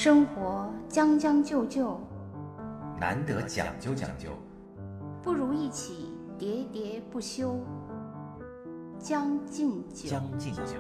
生活将将就就， 难得讲究讲究， 不如一起喋喋不休。将进酒， 将进酒。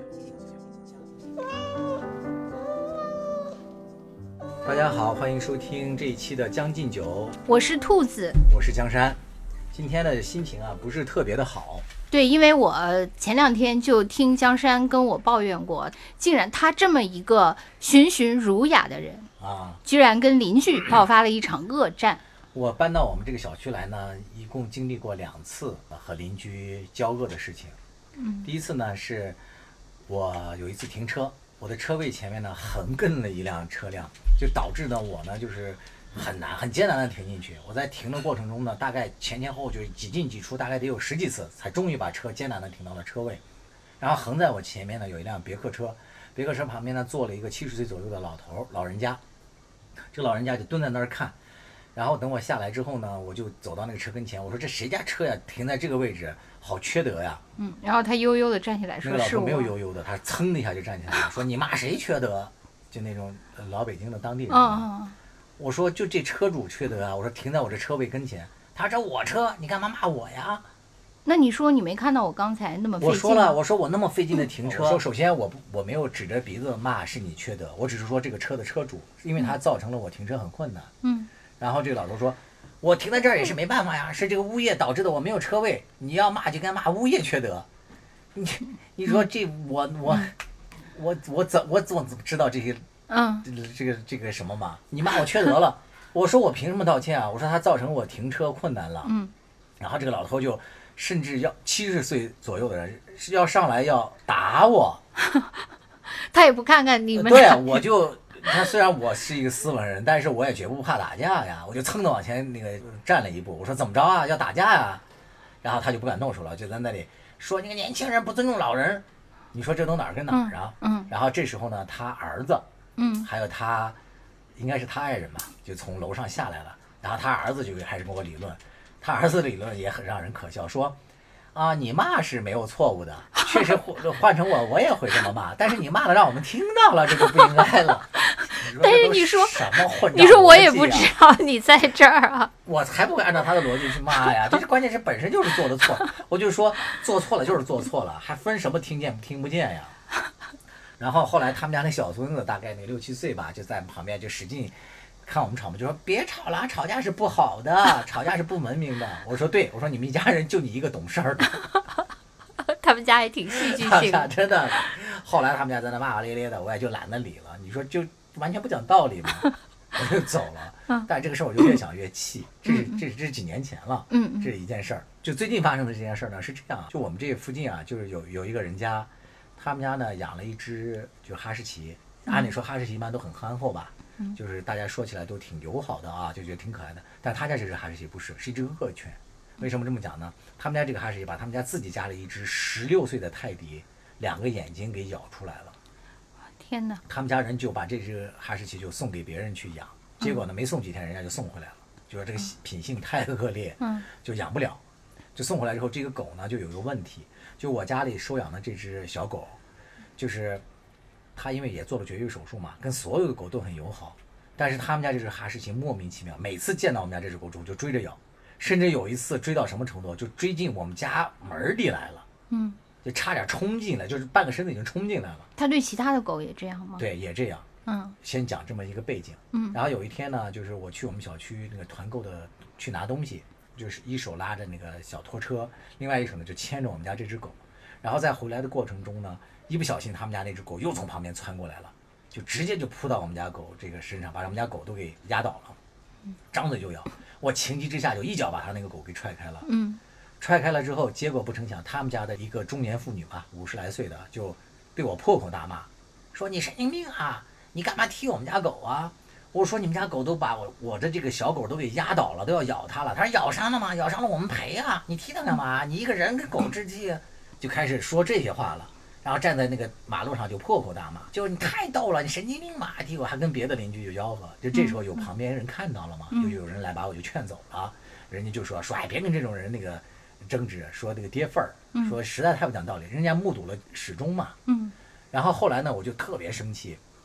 大家好，欢迎收听这一期的《将进酒》， 我是兔子， 我是江山。今天的心情不是特别的好。 对，因为我前2天就听江山跟我抱怨过，竟然他这么一个循循儒雅的人居然跟邻居爆发了一场恶战。 我搬到我们这个小区来呢，一共经历过2次和邻居交恶的事情。第一次呢，是我有一次停车，我的车位前面呢横亘了一辆车辆，就导致呢我呢就是很艰难的停进去。我在停的过程中呢，大概前后就几进几出，大概得有10几次，才终于把车艰难的停到了车位。然后横在我前面呢有一辆别克车，别克车旁边呢坐了一个70岁左右的老人家。这个老人家就蹲在那儿看，然后等我下来之后呢，我就走到那个车跟前，我说这谁家车呀，停在这个位置，好缺德呀。 然后他悠悠的站起来说， 那个老头没有悠悠的，他噌的一下就站起来了，说你骂谁缺德，就那种老北京的当地人。我说就这车主缺德啊，我说停在我这车位跟前，他说我车你干嘛骂我呀？ 那你说你没看到我刚才那么费劲？ 我说了，我说我那么费劲的停车，我说首先我没有指着鼻子骂是你缺德，我只是说这个车的车主，因为他造成了我停车很困难。然后这个老头说，我停在这儿也是没办法呀，是这个物业导致的，我没有车位，你要骂就该骂物业缺德。你说这我怎么知道这些这个什么嘛？你骂我缺德了，我说我凭什么道歉啊？我说他造成我停车困难了。然后这个老头就甚至要70岁左右的人是要上来要打我。 他也不看看你们。 对啊，他虽然我是一个斯文人，但是我也绝不怕打架呀。我就蹭的往前那个站了一步，我说怎么着啊？要打架呀？然后他就不敢动手了，就在那里说那个年轻人不尊重老人。你说这都哪儿跟哪儿啊？然后这时候呢，他儿子，还有他应该是他爱人吧，就从楼上下来了。然后他儿子就开始跟我理论，他儿子的理论也很让人可笑，说你骂是没有错误的，确实换成我也会这么骂，但是你骂了让我们听到了，这就不应该了。 但是你说什么混账逻辑啊？ 你说我也不知道你在这儿啊，我才不会按照他的逻辑去骂呀。这关键是本身就是做的错，我就说做错了就是做错了，还分什么听见听不见呀？然后后来他们家那小孙子大概那6、7岁吧，就在旁边就使劲看我们吵嘛，就说别吵了，吵架是不好的，吵架是不文明的。我说对，我说你们一家人就你一个懂事儿的。 他们家也挺戏剧性的， 真的。后来他们家在那骂骂咧咧的，我也就懒得理了。你说就完全不讲道理嘛，我就走了。但这个事儿我就越想越气，这是几年前了。这是一件事儿。就最近发生的这件事儿呢是这样，就我们这附近就是有一个人家，他们家呢养了一只就哈士奇。按理说哈士奇一般都很憨厚吧，就是大家说起来都挺友好的就觉得挺可爱的。但他家这只哈士奇不是一只恶犬。为什么这么讲呢？他们家这个哈士奇把他们家自己家的一只16岁的泰迪2个眼睛给咬出来了。 天哪！ 他们家人就把这只哈士奇就送给别人去养，结果呢没送几天人家就送回来了，就说这个品性太恶劣，就养不了。就送回来之后，这个狗呢就有一个问题，就我家里收养的这只小狗，就是它因为也做了绝育手术嘛，跟所有的狗都很友好，但是他们家这只哈士奇莫名其妙，每次见到我们家这只狗之后就追着咬。甚至有一次追到什么程度，就追进我们家门里来了，就差点冲进来，就是半个身子已经冲进来了。 他对其他的狗也这样吗？ 对，也这样。先讲这么一个背景。然后有一天呢，就是我去我们小区那个团购的去拿东西，就是一手拉着那个小拖车，另外一手呢就牵着我们家这只狗。然后在回来的过程中呢，一不小心他们家那只狗又从旁边窜过来了，就直接就扑到我们家狗这个身上，把我们家狗都给压倒了，张嘴就咬。我情急之下就一脚把他那个狗给踹开了。踹开了之后，结果不成想，他们家的一个中年妇女吧，50来岁的，就对我破口大骂，说你神经病啊，你干嘛踢我们家狗啊？我说你们家狗都把我的这个小狗都给压倒了，都要咬它了。他说咬伤了吗？咬伤了我们赔啊，你踢它干嘛？你一个人跟狗置气，就开始说这些话了。然后站在那个马路上就破口大骂，就你太逗了，你神经病嘛！结果还跟别的邻居就吆喝，就这时候有旁边人看到了嘛，就有人来把我就劝走了。人家就说哎，别跟这种人那个争执，说这个跌份儿，说实在太不讲道理，人家目睹了始终嘛。然后后来呢，我就特别生气，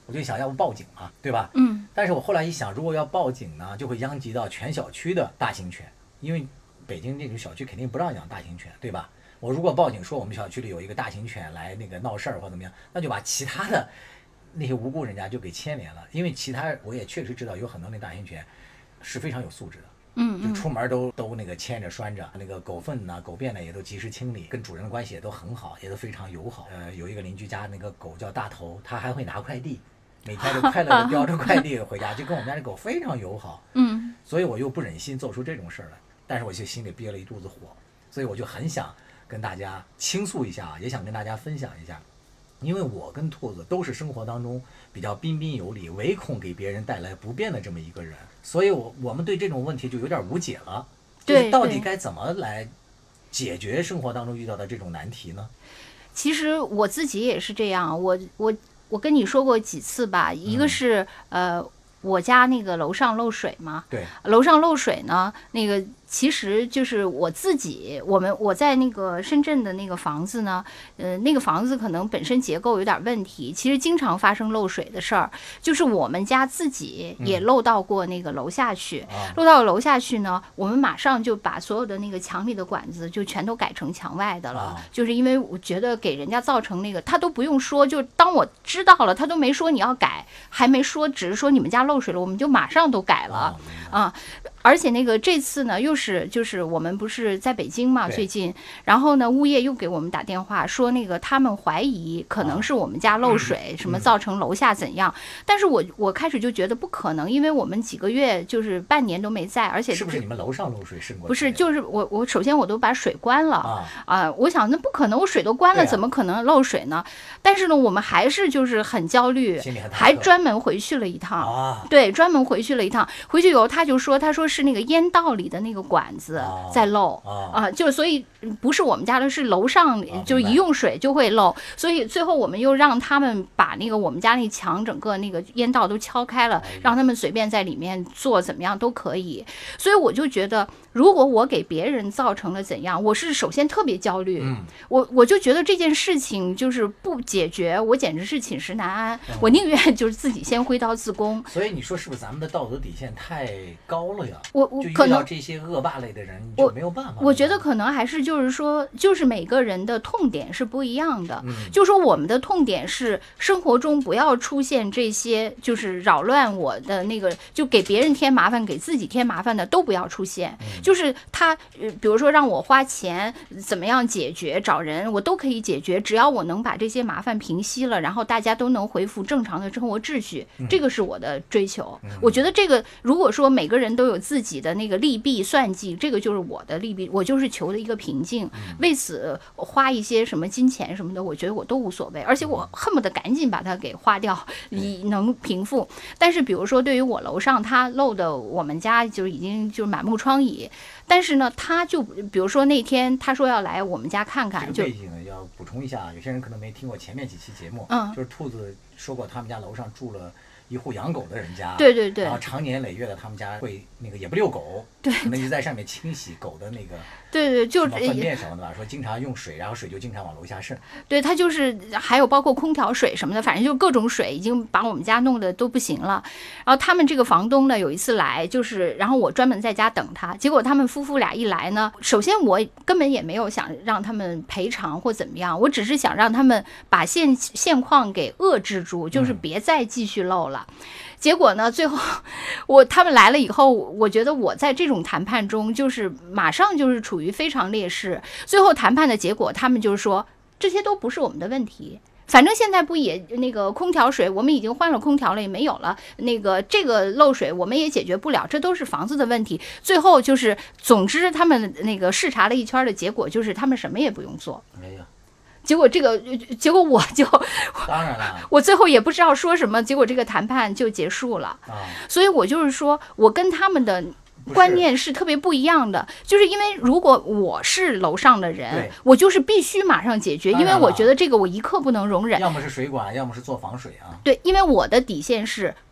我就想要不报警嘛，对吧？但是我后来一想，如果要报警呢，就会殃及到全小区的大型犬，因为北京这种小区肯定不让养大型犬，对吧？我如果报警说我们小区里有一个大型犬来那个闹事儿或怎么样，那就把其他的那些无辜人家就给牵连了。因为其他我也确实知道有很多那大型犬是非常有素质的，就出门都那个牵着拴着，那个狗粪呢、狗便呢也都及时清理，跟主人的关系也都很好，也都非常友好。有一个邻居家那个狗叫大头，它还会拿快递，每天都快乐的叼着快递回家，就跟我们家这狗非常友好。所以我又不忍心做出这种事儿来，但是我就心里憋了一肚子火，所以我就很想跟大家倾诉一下，也想跟大家分享一下。因为我跟兔子都是生活当中比较彬彬有礼，唯恐给别人带来不便的这么一个人，所以我们对这种问题就有点无解了，就是到底该怎么来解决生活当中遇到的这种难题呢？ 其实我自己也是这样，我跟你说过几次吧，一个是我家那个楼上漏水嘛， 对， 楼上漏水呢，那个其实就是我自己，我在那个深圳的那个房子呢，那个房子可能本身结构有点问题，其实经常发生漏水的事儿，就是我们家自己也漏到过那个楼下去，漏到楼下去呢，我们马上就把所有的那个墙里的管子就全都改成墙外的了，就是因为我觉得给人家造成那个，他都不用说，就当我知道了，他都没说你要改，还没说，只是说你们家漏水了，我们就马上都改了而且那个这次呢，就是我们不是在北京嘛，最近，然后呢，物业又给我们打电话说那个他们怀疑可能是我们家漏水，什么造成楼下怎样，但是我开始就觉得不可能，因为我们几个月就是半年都没在，而且是不是你们楼上漏水渗过去？ 不是，就是我首先我都把水关了我想那不可能，我水都关了，怎么可能漏水呢？但是呢，我们还是就是很焦虑，还专门回去了一趟对，专门回去了一趟，回去以后他说是那个烟道里的那个管子在漏就所以不是我们家的，是楼上就一用水就会漏，所以最后我们又让他们把那个我们家那墙整个那个烟道都敲开了，让他们随便在里面做怎么样都可以。所以我就觉得，如果我给别人造成了怎样，我是首先特别焦虑，我就觉得这件事情就是不解决，我简直是寝食难安，我宁愿就是自己先挥刀自宫。 所以你说是不是咱们的道德底线太高了呀？ 我可能这些恶霸类的人就没有办法。 我觉得可能还是就是说，就是每个人的痛点是不一样的。就说我们的痛点是生活中不要出现这些就是扰乱我的那个，就给别人添麻烦、给自己添麻烦的都不要出现。就是他比如说让我花钱怎么样解决，找人我都可以解决，只要我能把这些麻烦平息了，然后大家都能恢复正常的生活秩序，这个是我的追求。我觉得这个如果说每个人都有自己的那个利弊算计，这个就是我的利弊，我就是求的一个平静。为此花一些什么金钱什么的，我觉得我都无所谓，而且我恨不得赶紧把它给花掉，以能平复。但是比如说对于我楼上他漏的，我们家就已经就是满目疮痍，但是呢他就比如说那天他说要来我们家看看， 这个背景要补充一下，有些人可能没听过前面几期节目，就是兔子说过他们家楼上住了一户养狗的人家， 对对对， 然后长年累月的他们家会那个也不遛狗， 对， 可能就在上面清洗狗的那个， 对对，就是粪便什么的吧，说经常用水，然后水就经常往楼下渗。 对，它就是还有包括空调水什么的，反正就各种水已经把我们家弄得都不行了。然后他们这个房东呢有一次来，就是然后我专门在家等他，结果他们夫妇俩一来呢，首先我根本也没有想让他们赔偿或怎么样，我只是想让他们把现况给遏制住，就是别再继续漏了。结果呢，最后他们来了以后，我觉得我在这种谈判中就是马上就是处于非常劣势。最后谈判的结果，他们就是说这些都不是我们的问题，反正现在不也那个空调水我们已经换了空调了，也没有了，那个这个漏水我们也解决不了，这都是房子的问题。最后就是总之他们那个视察了一圈的结果就是他们什么也不用做。 哎呀， 结果我就当然了， 我最后也不知道说什么，结果这个谈判就结束了所以我就是说我跟他们的观念是特别不一样的，就是因为如果我是楼上的人，我就是必须马上解决，因为我觉得这个我一刻不能容忍， 要么是水管，要么是做防水啊。 对，因为我的底线是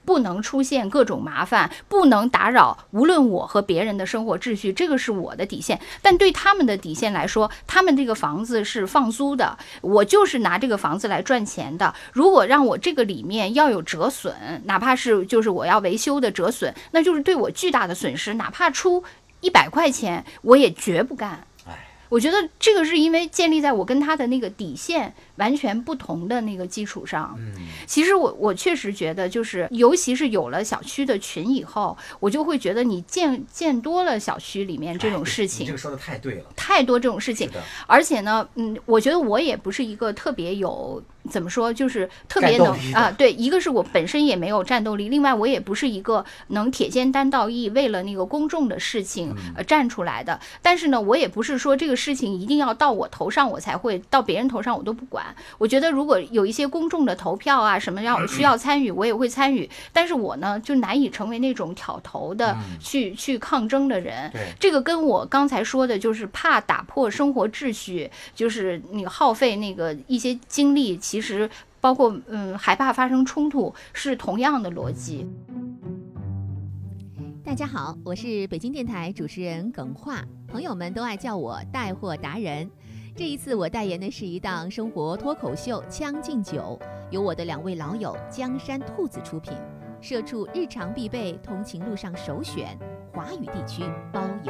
不能出现各种麻烦，不能打扰无论我和别人的生活秩序，这个是我的底线。但对他们的底线来说，他们这个房子是放租的，我就是拿这个房子来赚钱的。如果让我这个里面要有折损，哪怕是就是我要维修的折损，那就是对我巨大的损失，哪怕出100块钱，我也绝不干。我觉得这个是因为建立在我跟他的那个底线完全不同的那个基础上。其实我确实觉得，就是尤其是有了小区的群以后，我就会觉得你见多了小区里面这种事情， 你这个说的太对了， 太多这种事情。而且呢，我觉得我也不是一个特别有怎么说，就是特别能对，一个是我本身也没有战斗力，另外我也不是一个能铁肩担道义为了那个公众的事情站出来的。但是呢，我也不是说这个事情一定要到我头上我才会，到别人头上我都不管。我觉得如果有一些公众的投票啊什么需要参与，我也会参与。但是我呢，就难以成为那种挑头的去抗争的人。这个跟我刚才说的，就是怕打破生活秩序，就是那个耗费那个一些精力，其实包括害怕发生冲突，是同样的逻辑。 大家好，我是北京电台主持人耿化，朋友们都爱叫我带货达人。这一次我代言的是一档生活脱口秀《将进酒》，由我的2位老友江山兔子出品，社畜日常必备，通勤路上首选，华语地区包邮。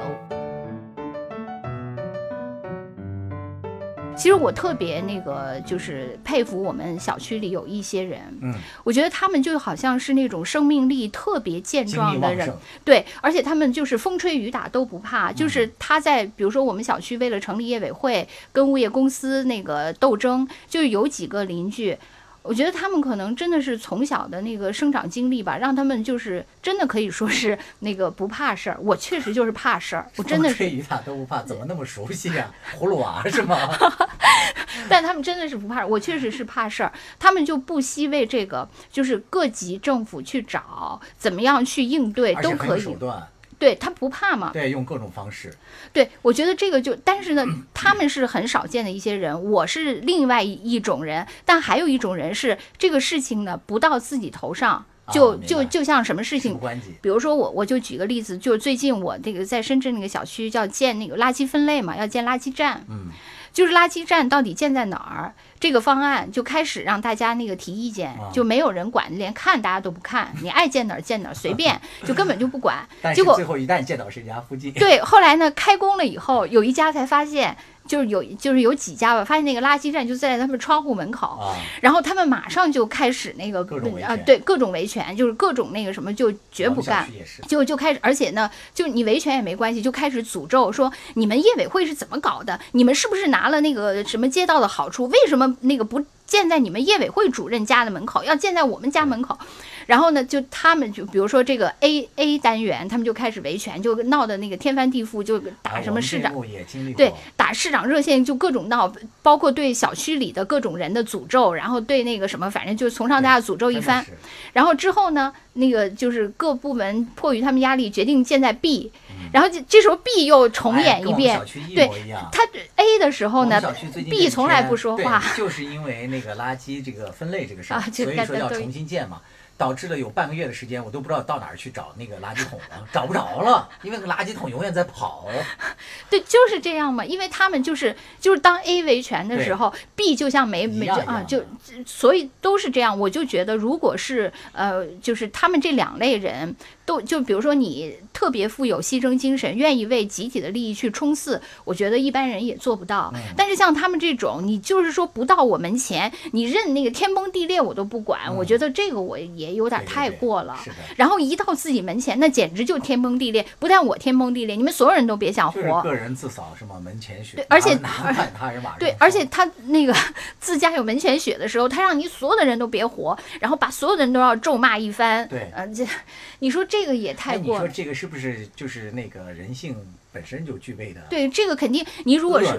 其实我特别那个就是佩服我们小区里有一些人，我觉得他们就好像是那种生命力特别健壮的人，对，而且他们就是风吹雨打都不怕，就是他在比如说我们小区为了成立业委会跟物业公司那个斗争，就有几个邻居，我觉得他们可能真的是从小的那个生长经历吧，让他们就是真的可以说是那个不怕事儿。我确实就是怕事儿，我真的是风吹雨打都不怕，怎么那么熟悉啊？葫芦娃是吗？ 但他们真的是不怕，我确实是怕事儿。他们就不惜为这个，就是各级政府去找怎么样去应对都可以。 手段。 对，他不怕嘛？ 对，用各种方式。 对，我觉得这个就，但是呢，他们是很少见的一些人，我是另外一种人，但还有一种人是这个事情呢不到自己头上。就像什么事情，比如说我就举个例子，就是最近我这个在深圳那个小区要建那个垃圾分类嘛，要建垃圾站，就是垃圾站到底建在哪儿，这个方案就开始让大家那个提意见，就没有人管，连看大家都不看，你爱建哪儿建哪儿，随便，就根本就不管。 但是最后一旦建到谁家附近， 对，后来呢开工了以后，有一家才发现。就是有几家吧，发现那个垃圾站就在他们窗户门口，然后他们马上就开始那个对各种维权，就是各种那个什么就绝不干，就开始，而且呢，就你维权也没关系，就开始诅咒说你们业委会是怎么搞的，你们是不是拿了那个什么街道的好处，为什么那个不建在你们业委会主任家的门口，要建在我们家门口？然后呢，就他们就比如说这个 A 单元，他们就开始维权，就闹得那个天翻地覆，就打什么市长，对，打市长热线，就各种闹，包括对小区里的各种人的诅咒，然后对那个什么，反正就从上到下诅咒一番。然后之后呢，那个就是各部门迫于他们压力，决定建在 B。然后这时候 B 又重演一遍，对，他 A 的时候呢 ，B 从来不说话， 就是因为那个垃圾这个分类这个事儿，所以说要重新建嘛。导致了有半个月的时间，我都不知道到哪儿去找那个垃圾桶了，找不着了，因为那个垃圾桶永远在跑。 对，就是这样嘛，因为他们就是当 A 维权的时候 ，B 就像没就所以都是这样。我就觉得，如果是就是他们这2类人都就比如说你特别富有牺牲精神，愿意为集体的利益去冲刺，我觉得一般人也做不到。但是像他们这种，你就是说不到我门前，你任那个天崩地裂我都不管，我觉得这个我也有点太过了。然后一到自己门前，那简直就天崩地裂，不但我天崩地裂，你们所有人都别想活。 就是个人自扫是吗？门前雪。 对，而且他人马。 对，而且他那个自家有门前雪的时候，他让你所有的人都别活，然后把所有的人都要咒骂一番。 对， 这你说这个也太过了。 你说这个是不是就是那个人性本身就具备的？ 对，这个肯定。你如果是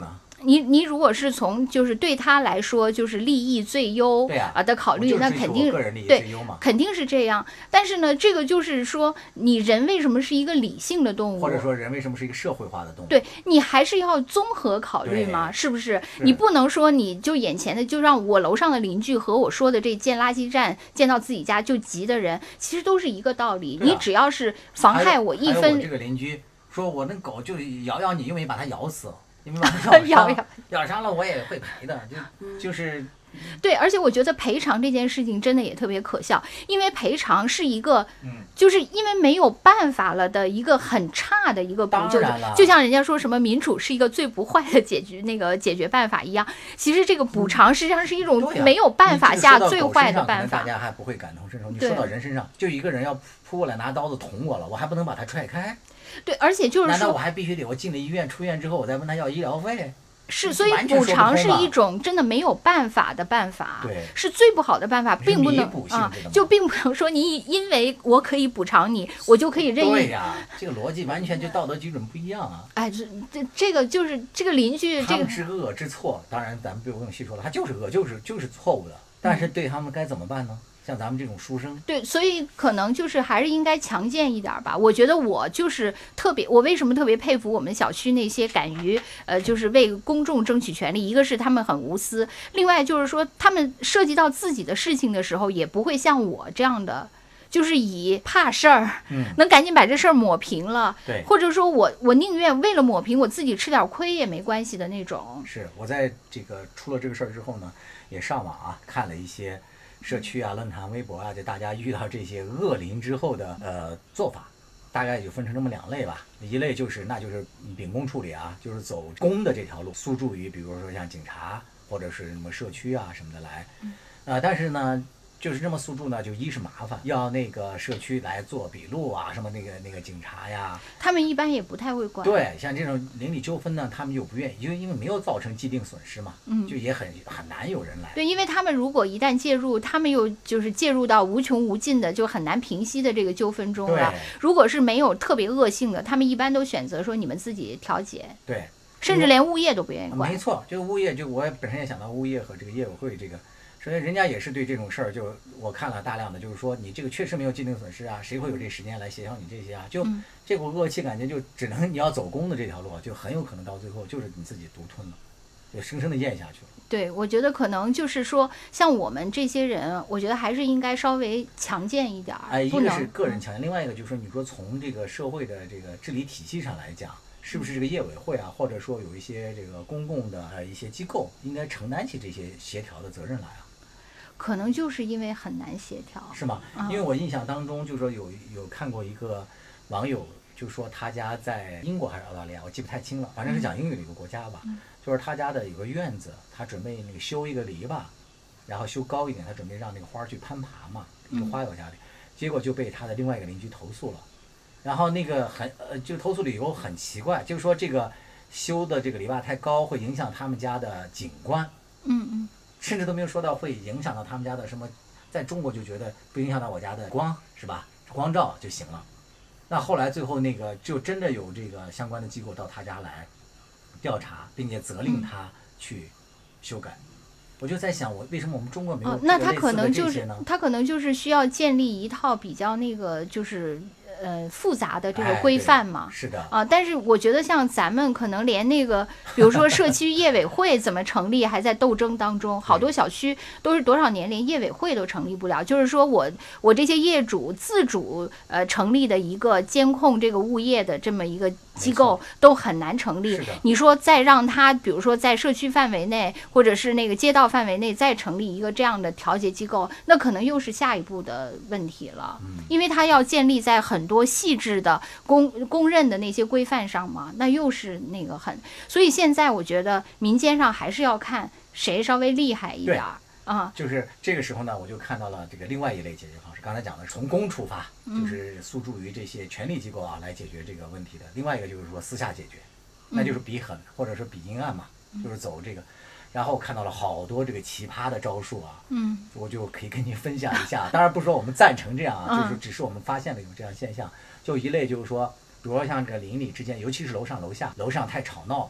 你如果是从就是对他来说就是利益最优的考虑，那肯定对，肯定是这样。但是呢，这个就是说，你人为什么是一个理性的动物， 或者说人为什么是一个社会化的动物？ 对，你还是要综合考虑嘛，是不是？你不能说你就眼前的就让我楼上的邻居和我说的这建垃圾站建到自己家就急的人，其实都是一个道理。你只要是妨害我一分， 我这个邻居说我那狗就咬你，因为把它咬死了。因为把它咬伤了，我也会赔的，就是对，而且我觉得赔偿这件事情真的也特别可笑，因为赔偿是一个，就是因为没有办法了的一个很差的一个补救，就像人家说什么民主是一个最不坏的解决办法一样，其实这个补偿实际上是一种没有办法下最坏的办法。 大家还不会感同身受，你说到人身上，就一个人要扑过来拿刀子捅我了，我还不能把他踹开。 对，而且就是说， 难道我还必须得我进了医院出院之后我再问他要医疗费？ 是，所以补偿是一种真的没有办法的办法， 对， 是最不好的办法，并不能就并不能说你因为我可以补偿你，我就可以任意。 对呀，这个逻辑完全就道德基准不一样啊！ 哎，这个就是这个邻居，这个知恶知错，当然咱们不用细说了，他就是恶，就是错误的，但是对他们该怎么办呢？像咱们这种书生， 对，所以可能就是还是应该强健一点吧。我觉得我就是我为什么特别佩服我们小区那些敢于就是为公众争取权利，一个是他们很无私，另外就是说他们涉及到自己的事情的时候，也不会像我这样的。就是以怕事儿，能赶紧把这事儿抹平了， 对， 或者说我宁愿为了抹平，我自己吃点亏也没关系的那种。 是我在这个出了这个事儿之后呢，也上网看了一些社区论坛、微博就大家遇到这些恶邻之后的做法，大概就分成这么2类吧。一类就是秉公处理就是走公的这条路，诉诸于比如说像警察或者是什么社区什么的来，但是呢。就是这么诉诸呢，就一是麻烦，要那个社区来做笔录什么那个警察呀， 他们一般也不太会管。 对，像这种邻里纠纷呢，他们就不愿意，因为没有造成既定损失嘛，就也很难有人来。 对，因为他们如果一旦介入，他们又就是介入到无穷无尽的，就很难平息的这个纠纷中了。如果是没有特别恶性的，他们一般都选择说你们自己调解。 对， 甚至连物业都不愿意管。 没错，这个物业我本身也想到物业和这个业委会这个。首先，人家也是对这种事儿，就我看了大量的，就是说你这个确实没有既定损失谁会有这时间来协调你这些就这股恶气感觉就只能你要走公的这条路，就很有可能到最后就是你自己独吞了，就生生的咽下去了。 对，我觉得可能就是说，像我们这些人，我觉得还是应该稍微强健一点。 一个是个人强健，另外一个就是说，你说从这个社会的这个治理体系上来讲，是不是这个业委会或者说有一些这个公共的一些机构应该承担起这些协调的责任来可能就是因为很难协调， 是吗？因为我印象当中，就是说有看过一个网友，就说他家在英国还是澳大利亚，我记不太清了，反正是讲英语的一个国家吧。就是他家的有个院子，他准备那个修一个篱笆，然后修高一点，他准备让那个花去攀爬嘛，一个花友家里，结果就被他的另外一个邻居投诉了。然后那个就投诉理由很奇怪，就是说这个修的这个篱笆太高，会影响他们家的景观。甚至都没有说到会影响到他们家的什么，在中国就觉得不影响到我家的光，是吧？光照就行了。那后来最后那个就真的有这个相关的机构到他家来调查，并且责令他去修改。我就在想，为什么我们中国没有那他可能就是需要建立一套比较那个就是复杂的这个规范嘛， 是的但是我觉得像咱们可能连那个，比如说社区业委会怎么成立，还在斗争当中。好多小区都是多少年连业委会都成立不了，就是说我这些业主自主成立的一个监控这个物业的这么一个机构都很难成立。你说再让他，比如说在社区范围内或者是那个街道范围内再成立一个这样的调解机构，那可能又是下一步的问题了，因为他要建立在很多细致的公认的那些规范上嘛，那又是那个所以现在我觉得民间上还是要看谁稍微厉害一点就是这个时候呢，我就看到了这个另外一类解决方式。刚才讲的从公出发，就是诉诸于这些权力机构来解决这个问题的。另外一个就是说私下解决，那就是比狠或者是比阴暗嘛，就是走这个。然后看到了好多这个奇葩的招数我就可以跟您分享一下。当然不是说我们赞成这样就是只是我们发现了有这样现象。就一类就是说，比如说像这个邻里之间，尤其是楼上楼下，楼上太吵闹的，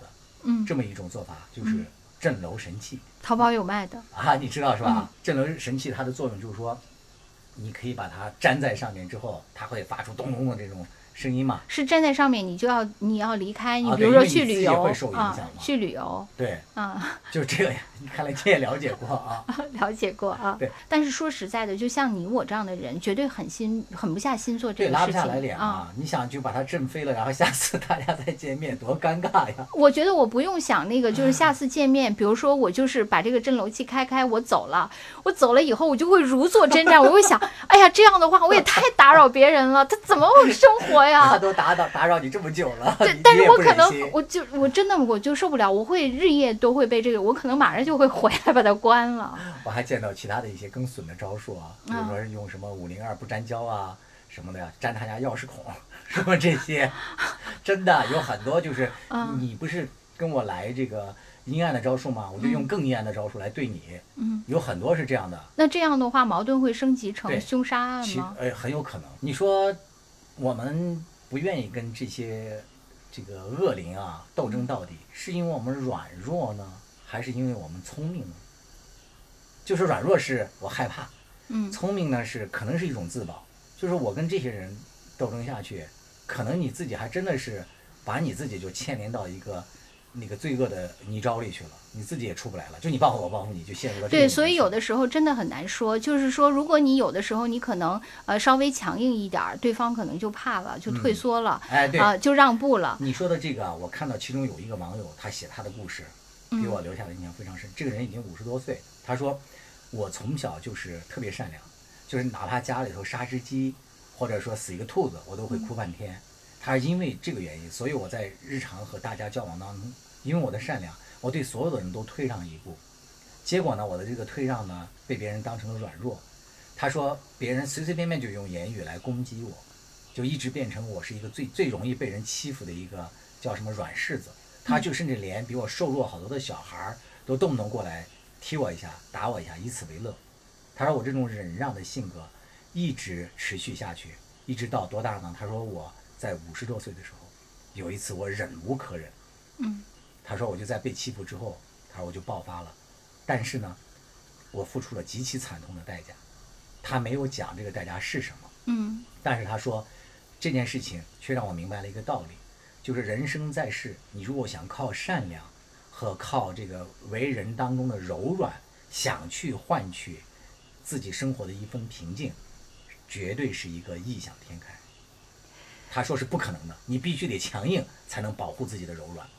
这么一种做法，就是镇楼神器。 淘宝有卖的啊，你知道是吧？镇楼神器它的作用就是说，你可以把它粘在上面之后，它会发出咚咚的这种声音嘛。 是站在上面，你要离开，你比如说去旅游会受影响嘛， 去旅游。 对啊，就是这个呀。你看来你也了解过啊。 了解过啊。 对。 但是说实在的，就像你我这样的人，绝对狠不下心做这个事情。 对，拉不下来脸啊！你想就把它震飞了，然后下次大家再见面，多尴尬呀！ 我觉得我不用想那个，就是下次见面，比如说我就是把这个震楼器开，我走了以后，我就会如坐针毡，我会想，哎呀，这样的话我也太打扰别人了，他怎么会生活呀？ 他都打扰你这么久了。 对，但是我可能我真的我就受不了，我会日夜都会被这个，我可能马上就会回来把它关了。 我还见到其他的一些更损的招数啊，比如说用什么502不粘胶啊什么的呀，粘他家钥匙孔什么这些，真的有很多就是你不是跟我来这个阴暗的招数吗？我就用更阴暗的招数来对你。有很多是这样的。 那这样的话，矛盾会升级成凶杀案吗？ 很有可能。你说我们不愿意跟这个恶灵啊斗争到底，是因为我们软弱呢，还是因为我们聪明呢？就是软弱是我害怕，聪明呢是可能是一种自保。就是我跟这些人斗争下去，可能你自己还真的是把你自己就牵连到一个那个罪恶的泥沼里去了，你自己也出不来了。就你报复我报复你，就陷入了这个。 对，所以有的时候真的很难说。就是说，如果你有的时候你可能稍微强硬一点，对方可能就怕了，就退缩了， 对就让步了。 你说的这个，我看到其中有一个网友，他写他的故事，给我留下的印象非常深。这个人已经50多岁，他说我从小就是特别善良，就是哪怕家里头杀只鸡，或者说死一个兔子，我都会哭半天。他是因为这个原因，所以我在日常和大家交往当中，因为我的善良，我对所有的人都退让一步。结果呢，我的这个退让呢，被别人当成了软弱。他说别人随随便便就用言语来攻击我，就一直变成我是一个最容易被人欺负的一个叫什么软柿子。他就甚至连比我瘦弱好多的小孩都动不动过来踢我一下打我一下，以此为乐。他说我这种忍让的性格一直持续下去，一直到多大呢？他说我在50多岁的时候，有一次我忍无可忍，他说我就在被欺负之后，他说我就爆发了，但是呢，我付出了极其惨痛的代价。他没有讲这个代价是什么，但是他说这件事情却让我明白了一个道理，就是人生在世，你如果想靠善良和靠这个为人当中的柔软，想去换取自己生活的一份平静，绝对是一个异想天开。他说是不可能的，你必须得强硬才能保护自己的柔软。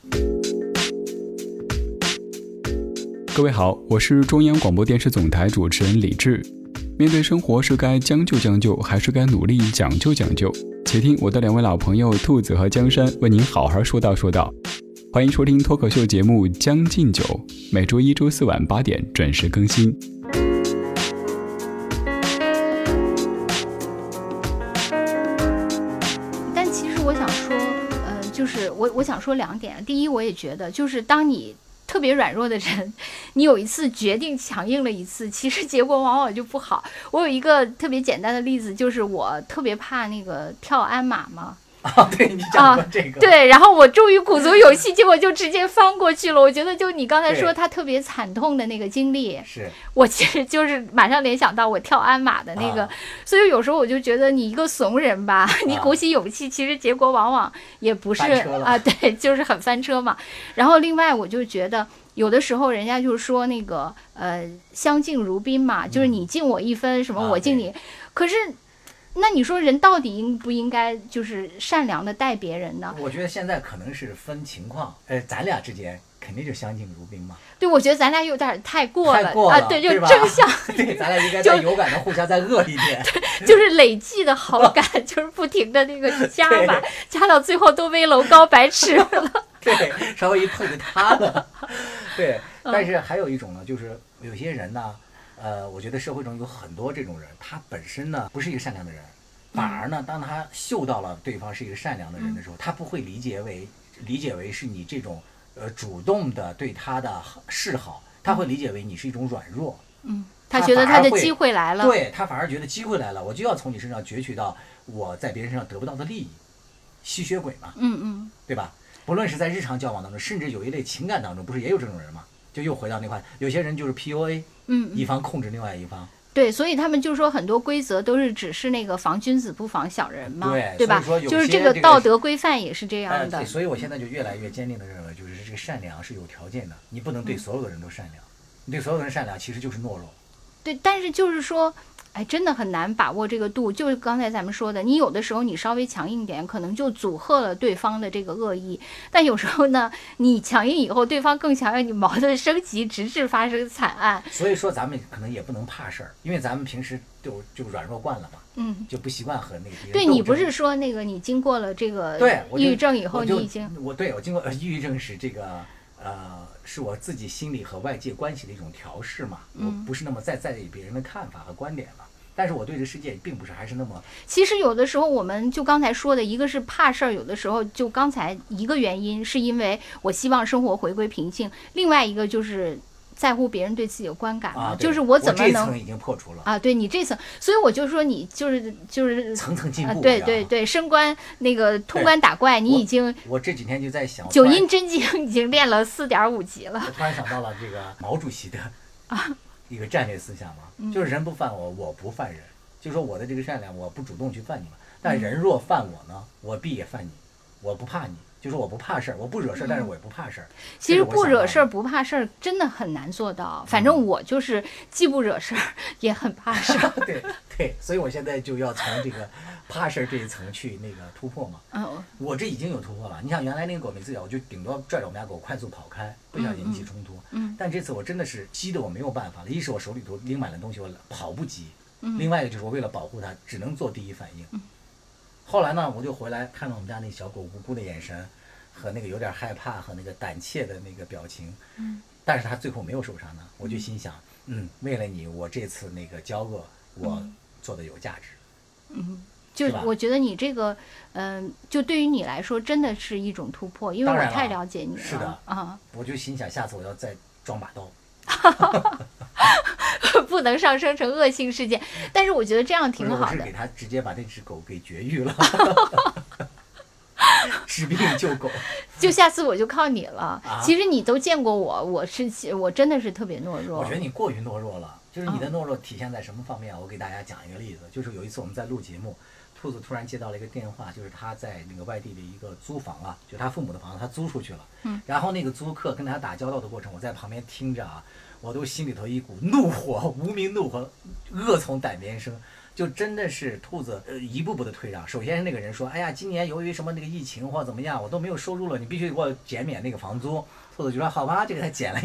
各位好，我是中央广播电视总台主持人李志。面对生活，是该将就将就，还是该努力讲究讲究？且听我的2位老朋友兔子和江山为您好好说道说道。欢迎收听脱口秀节目《将进酒》，每周1、周4晚8点准时更新。 但其实我想说，就是我想说2点。第一，我也觉得，就是当你特别软弱的人，你有一次决定强硬了一次，其实结果往往就不好。我有一个特别简单的例子，就是我特别怕那个跳鞍马嘛。 对，你讲过这个。 对，然后我终于鼓足勇气，结果就直接翻过去了。我觉得就你刚才说他特别惨痛的那个经历， 是我其实就是马上联想到我跳鞍马的那个，所以有时候我就觉得你一个怂人吧，你鼓起勇气，其实结果往往也不是对，就是很翻车嘛。然后另外我就觉得有的时候人家就是说那个相敬如宾嘛，就是你敬我一分，什么我敬你，可是那你说人到底应不应该就是善良的待别人呢？ 我觉得现在可能是分情况，咱俩之间肯定就相敬如宾嘛。 对，我觉得咱俩有点太过了啊， 对，就正向。 对，咱俩应该再有感的互相再恶一点。 对，就是累计的好感，就是不停的那个加吧，加到最后都危楼高百尺了。 对，稍微一碰就塌了。对，但是还有一种呢，就是有些人呢。我觉得社会中有很多这种人，他本身呢不是一个善良的人，反而呢，当他嗅到了对方是一个善良的人的时候，他不会理解为是你这种主动的对他的示好，他会理解为你是一种软弱。 他觉得他的机会来了， 对，他反而觉得机会来了，我就要从你身上攫取到我在别人身上得不到的利益，吸血鬼嘛，对吧？ 不论是在日常交往当中，甚至有一类情感当中，不是也有这种人吗？就又回到那块，有些人就是 PUA，一方控制另外一方。 对，所以他们就说很多规则都是只是那个防君子不防小人嘛，对吧？就是这个道德规范也是这样的。 对，所以我现在就越来越坚定的认为，就是这个善良是有条件的，你不能对所有的人都善良，你对所有的人善良其实就是懦弱。 对，但是就是说，哎，真的很难把握这个度。就是刚才咱们说的，你有的时候你稍微强硬点，可能就阻吓了对方的这个恶意；但有时候呢，你强硬以后，对方更强硬，你矛盾升级，直至发生惨案。 所以说，咱们可能也不能怕事儿，因为咱们平时就软弱惯了嘛，就不习惯和那个敌人斗争。 对，你不是说那个你经过了这个抑郁症以后，你已经我经过抑郁症是这个是我自己心理和外界关系的一种调试嘛，我不是那么在意别人的看法和观点了。但是我对这世界并不是还是那么。 其实有的时候我们就刚才说的，一个是怕事儿，有的时候就刚才一个原因是因为我希望生活回归平静，另外一个就是在乎别人对自己的观感嘛，就是我怎么能。 我这层已经破除了啊，对你这层，所以我就说你就是层层进步， 对，升官那个通关打怪，你已经。 我这几天就在想， 九阴真经已经练了4.5级了。 我突然想到了这个毛主席的一个战略思想嘛，就是人不犯我，我不犯人。就说我的这个善良，我不主动去犯你们，但人若犯我呢，我必也犯你，我不怕你。就是我不怕事儿，我不惹事儿，但是我也不怕事儿。 其实不惹事儿不怕事儿真的很难做到，反正我就是既不惹事儿也很怕事儿。 对，所以我现在就要从这个怕事儿这一层去那个突破嘛。我这已经有突破了。你想原来那个狗每次咬，我就顶多拽着我们家狗快速跑开，不想引起冲突。但这次我真的是急得我没有办法了，一是我手里头拎满了东西，我跑不及；另外一个就是我为了保护它，只能做第一反应。后来呢，我就回来看到我们家那小狗无辜的眼神，和那个有点害怕和那个胆怯的那个表情，但是它最后没有受伤呢。我就心想，为了你，我这次那个交恶，我做的有价值。 就我觉得你这个，就对于你来说真的是一种突破，因为我太了解你了。 是的啊，我就心想下次我要再装把刀。 不能上升成恶性事件，但是我觉得这样挺好的。 我是给他直接把那只狗给绝育了，治病救狗。 就下次我就靠你了。其实你都见过我，我真的是特别懦弱。 我觉得你过于懦弱了，就是你的懦弱体现在什么方面？我给大家讲一个例子，就是有一次我们在录节目，兔子突然接到了一个电话，就是他在那个外地的一个租房啊，就他父母的房子，他租出去了。然后那个租客跟他打交道的过程，我在旁边听着啊，我都心里头一股怒火，无名怒火，恶从胆边生。就真的是兔子一步步的退让。首先是那个人说，哎呀，今年由于什么那个疫情或怎么样，我都没有收入了，你必须给我减免那个房租。兔子就说好吧，这个他减了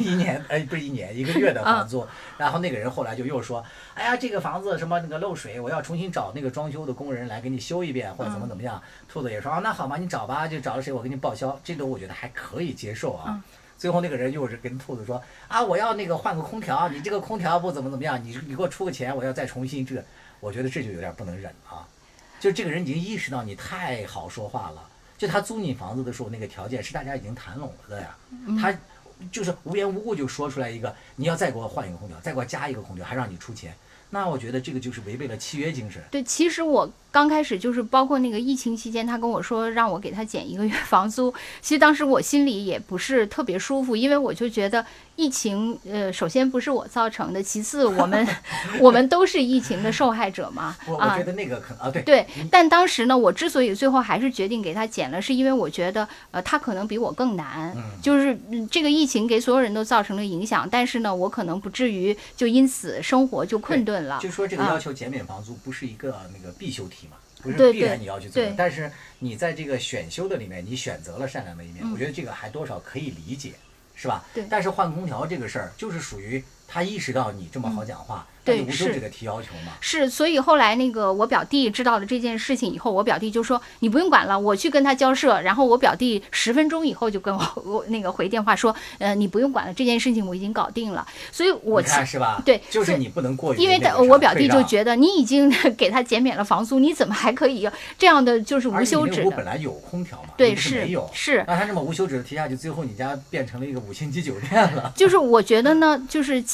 1个月的房租。然后那个人后来就又说，哎呀，这个房子什么那个漏水，我要重新找那个装修的工人来给你修一遍，或者怎么样。兔子也说那好嘛，你找吧，就找了谁我给你报销，这个我觉得还可以接受啊。最后那个人又是跟兔子说啊，我要那个换个空调，你这个空调不怎么样，你给我出个钱，我要再重新这个。我觉得这就有点不能忍啊！就这个人已经意识到你太好说话了。就他租你房子的时候，那个条件是大家已经谈拢了的呀。他就是无缘无故就说出来一个，你要再给我换一个空调，再给我加一个空调，还让你出钱。那我觉得这个就是违背了契约精神。 对，其实我刚开始就是包括那个疫情期间，他跟我说让我给他减1个月房租，其实当时我心里也不是特别舒服，因为我就觉得疫情，首先不是我造成的，其次我们都是疫情的受害者嘛。 我觉得那个可能对。但当时呢，我之所以最后还是决定给他减了，是因为我觉得他可能比我更难，就是这个疫情给所有人都造成了影响，但是呢，我可能不至于就因此生活就困顿。 就说这个要求减免房租不是一个那个必修题嘛，不是必然你要去做的。但是你在这个选修的里面，你选择了善良的一面，我觉得这个还多少可以理解，是吧？ 对。 但是换空调这个事儿，就是属于他意识到你这么好讲话，他就无休止的提要求嘛。 是，所以后来那个我表弟知道了这件事情以后，我表弟就说你不用管了，我去跟他交涉。然后我表弟10分钟以后就跟我那个回电话说，你不用管了，这件事情我已经搞定了。所以我你看是吧？ 对， 就是你不能过于因为我表弟就觉得你已经给他减免了房租，你怎么还可以这样的就是无休止的？ 我本来有空调嘛， 对， 没有是。 让他这么无休止的提下去，最后你家变成了一个5星级酒店了。 就是我觉得呢，就是其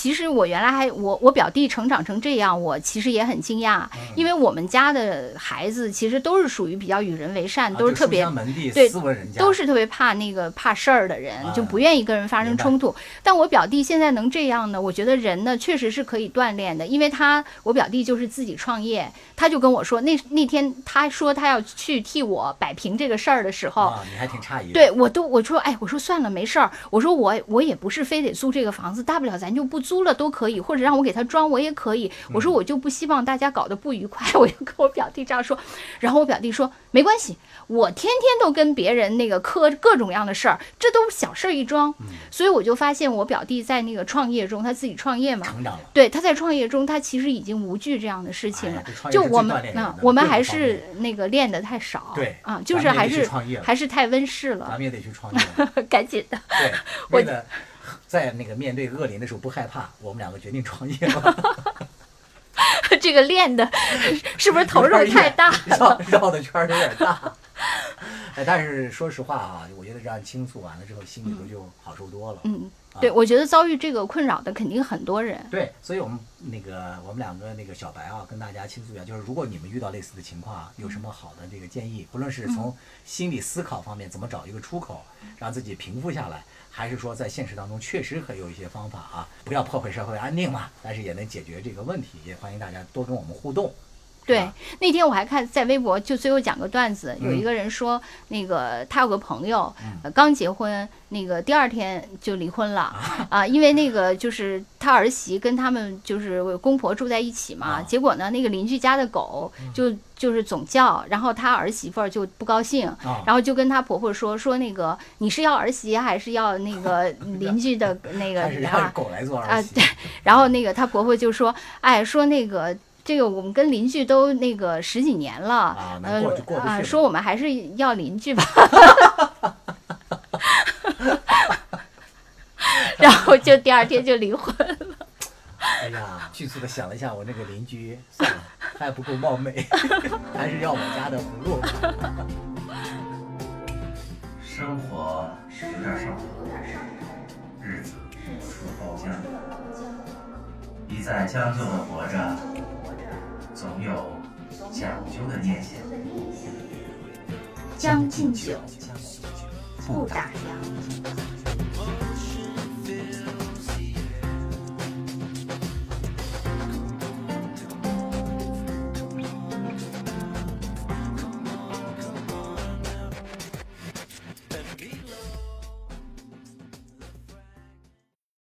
其实我原来我表弟成长成这样，我其实也很惊讶，因为我们家的孩子其实都是属于比较与人为善，都是特别对，都是特别怕事儿的人，就不愿意跟人发生冲突。但我表弟现在能这样呢，我觉得人呢确实是可以锻炼的，因为我表弟就是自己创业，他就跟我说那天他说他要去替我摆平这个事儿的时候， 你还挺诧异的。 对，我说我说算了没事儿，我说我也不是非得租这个房子，大不了咱就不租了都可以，或者让我给他装我也可以。我说我就不希望大家搞得不愉快，我就跟我表弟这样说。然后我表弟说没关系，我天天都跟别人那个磕各种样的事儿，这都是小事一桩。所以我就发现我表弟在那个创业中，他自己创业嘛， 成长了。对， 他在创业中，他其实已经无惧这样的事情了。就我们还是那个练得太少。 对啊，就是还是太温室了。 咱们也得去创业， 赶紧的。 对，为了在那个面对恶临的时候不害怕，我们两个决定创业了。 这个练的是不是投入太大了？ 绕的圈有点大。但是说实话啊，我觉得这样倾诉完了之后，心里头就好受多了。 对，我觉得遭遇这个困扰的肯定很多人。 对，所以我们两个那个小白啊，跟大家倾诉一下，就是如果你们遇到类似的情况，有什么好的这个建议，不论是从心理思考方面怎么找一个出口，让自己平复下来，还是说在现实当中确实很有一些方法啊，不要破坏社会安定嘛，但是也能解决这个问题，也欢迎大家多跟我们互动。 对，那天我还看在微博，就最后讲个段子，有一个人说，那个他有个朋友，刚结婚，那个第二天就离婚了啊，因为那个就是他儿媳跟他们就是公婆住在一起嘛，结果呢，那个邻居家的狗就是总叫，然后他儿媳妇儿就不高兴，然后就跟他婆婆说那个你是要儿媳还是要那个邻居的那个让狗来做儿媳对，然后那个他婆婆就说，说那个。这个我们跟邻居都那个10几年了，说我们还是要邻居吧。然后就第二天就离婚了。 哎呀，迅速的想了一下，我那个邻居算了，还不够貌美，还是要我家的葫芦。 生活有点上头，日子无处不将，一再将就的活着。总有讲究的念想， 将进酒，不打烊。